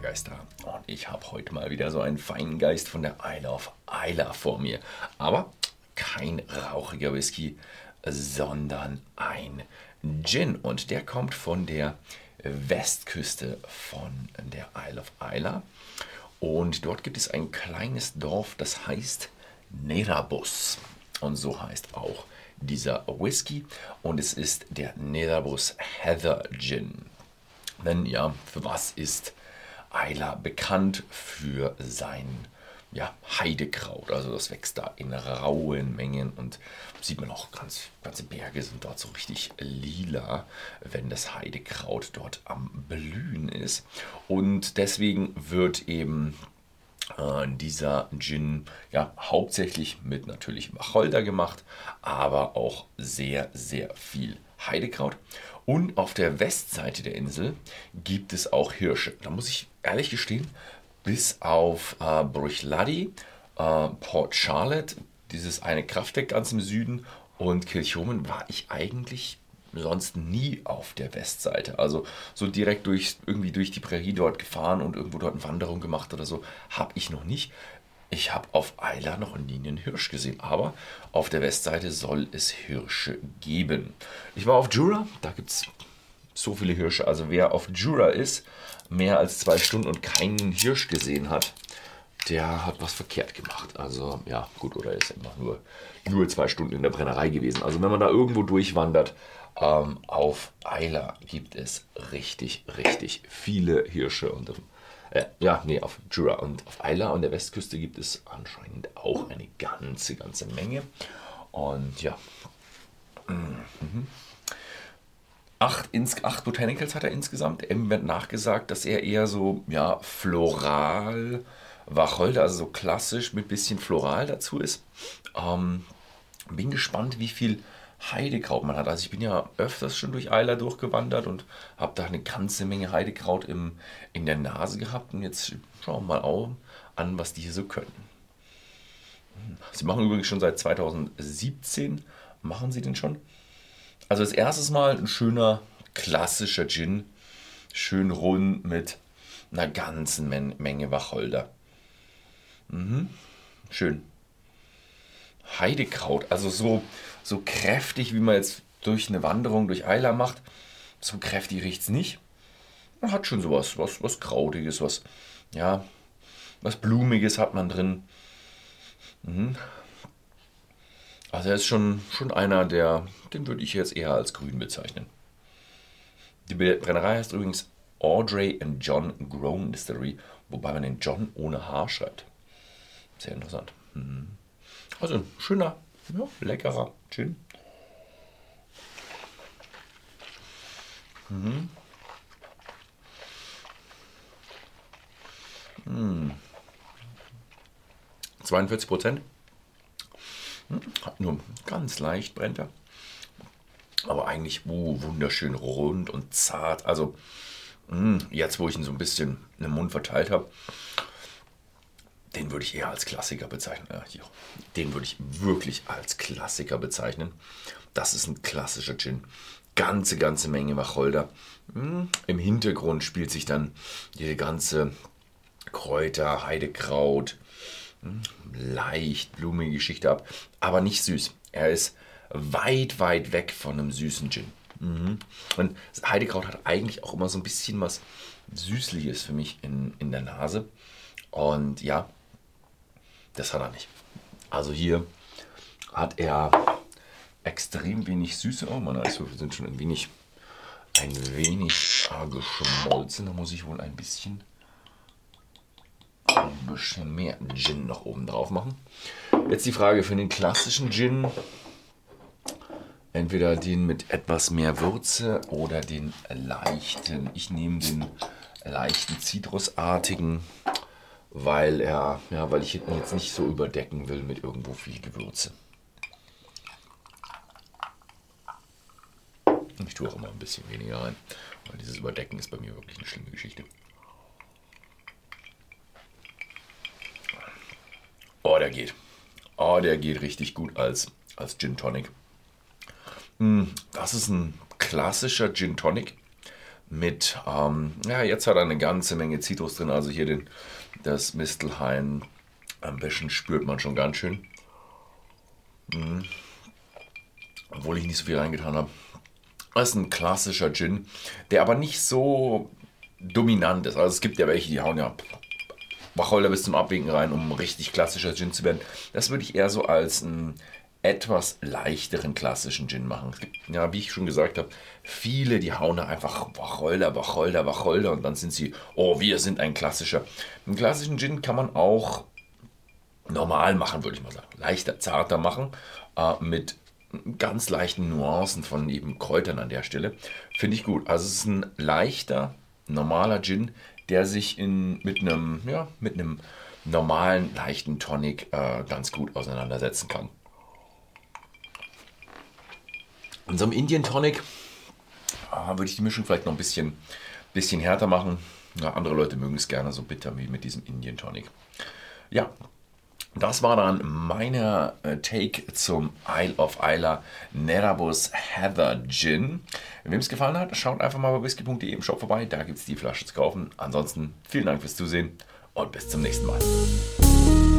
Geister und ich habe heute mal wieder so einen feinen Geist von der Isle of Islay vor mir. Aber kein rauchiger Whisky, sondern ein Gin und der kommt von der Westküste von der Isle of Islay und dort gibt es ein kleines Dorf, das heißt Nerabus und so heißt auch dieser Whisky und es ist der Nerabus Heather Gin. Denn ja, für was ist Islay bekannt? Für sein Heidekraut. Also das wächst da in rauen Mengen und sieht man auch, ganze Berge sind dort so richtig lila, wenn das Heidekraut dort am Blühen ist. Und deswegen wird eben dieser Gin hauptsächlich mit natürlich Wacholder gemacht, aber auch sehr, sehr viel Heidekraut. Und auf der Westseite der Insel gibt es auch Hirsche. Da muss ich ehrlich gestehen, bis auf Bruichladdich, Port Charlotte, dieses eine Kraftwerk ganz im Süden und Kilchoman war ich eigentlich sonst nie auf der Westseite. Also so direkt irgendwie durch die Prärie dort gefahren und irgendwo dort eine Wanderung gemacht oder so, habe ich noch nicht. Ich habe auf Islay noch nie einen Hirsch gesehen, aber auf der Westseite soll es Hirsche geben. Ich war auf Jura, da gibt es so viele Hirsche. Also wer auf Jura ist, mehr als 2 Stunden und keinen Hirsch gesehen hat, der hat was verkehrt gemacht. Also ja, gut, oder ist einfach nur 2 Stunden in der Brennerei gewesen. Also wenn man da irgendwo durchwandert, auf Islay gibt es richtig, richtig viele Hirsche. Und auf Jura. Und auf Islay an der Westküste gibt es anscheinend auch eine ganze Menge. Und ja, 8 Botanicals hat er insgesamt. Em wird nachgesagt, dass er eher so, floral, Wacholder, also so klassisch mit bisschen floral dazu ist. Bin gespannt, wie viel Heidekraut man hat. Also ich bin ja öfters schon durch Islay durchgewandert und habe da eine ganze Menge Heidekraut in der Nase gehabt. Und jetzt schauen wir mal an, was die hier so können. Sie machen übrigens schon seit 2017. Machen sie den schon? Also als erstes Mal ein schöner, klassischer Gin. Schön rund mit einer ganzen Menge Wacholder. Schön. Heidekraut, also so kräftig, wie man jetzt durch eine Wanderung durch Islay macht. So kräftig riecht es nicht. Man hat schon sowas, was Krautiges, was Blumiges hat man drin. Also er ist schon einer, den würde ich jetzt eher als grün bezeichnen. Die Brennerei heißt übrigens Audrey and John Grown Distillery, wobei man den John ohne H schreibt. Sehr interessant. Also ein schöner, leckerer Gin. 42%. Hat nur ganz leicht brennt er. Aber eigentlich wunderschön rund und zart. Also jetzt, wo ich ihn so ein bisschen im Mund verteilt habe, den würde ich eher als Klassiker bezeichnen. Den würde ich wirklich als Klassiker bezeichnen. Das ist ein klassischer Gin. Ganze Menge Wacholder. Im Hintergrund spielt sich dann diese ganze Kräuter, Heidekraut, leicht blumige Geschichte ab, aber nicht süß. Er ist weit weg von einem süßen Gin. Und das Heidekraut hat eigentlich auch immer so ein bisschen was Süßliches für mich in der Nase. Und ja, das hat er nicht. Also hier hat er extrem wenig Süße. Oh, meine Eiswürfel sind schon ein wenig geschmolzen. Da muss ich wohl ein bisschen mehr Gin noch oben drauf machen. Jetzt die Frage für den klassischen Gin. Entweder den mit etwas mehr Würze oder den leichten. Ich nehme den leichten zitrusartigen, weil ich ihn jetzt nicht so überdecken will mit irgendwo viel Gewürze. Ich tue auch immer ein bisschen weniger rein, weil dieses Überdecken ist bei mir wirklich eine schlimme Geschichte. Der geht. Der geht richtig gut als Gin Tonic. Das ist ein klassischer Gin Tonic mit, ja, jetzt hat er eine ganze Menge Zitrus drin, also hier das Mistelhain, am besten spürt man schon ganz schön, obwohl ich nicht so viel reingetan habe. Das ist ein klassischer Gin, der aber nicht so dominant ist. Also es gibt ja welche, die hauen ja Wacholder bis zum Abwinken rein, um ein richtig klassischer Gin zu werden. Das würde ich eher so als einen etwas leichteren klassischen Gin machen. Es gibt, ja, wie ich schon gesagt habe, viele, die hauen da einfach Wacholder, Wacholder, Wacholder und dann sind sie, oh, wir sind ein klassischer. Einen klassischen Gin kann man auch normal machen, würde ich mal sagen. Leichter, zarter machen, mit ganz leichten Nuancen von eben Kräutern an der Stelle. Finde ich gut. Also es ist ein leichter, normaler Gin, der sich mit einem normalen, leichten Tonic ganz gut auseinandersetzen kann. In so einem Indian Tonic würde ich die Mischung vielleicht noch ein bisschen härter machen. Ja, andere Leute mögen es gerne so bitter wie mit diesem Indian Tonic. Ja, das war dann meine Take zum Isle of Islay Nerabus Heather Gin. Wem es gefallen hat, schaut einfach mal bei whisky.de im Shop vorbei. Da gibt es die Flasche zu kaufen. Ansonsten vielen Dank fürs Zusehen und bis zum nächsten Mal.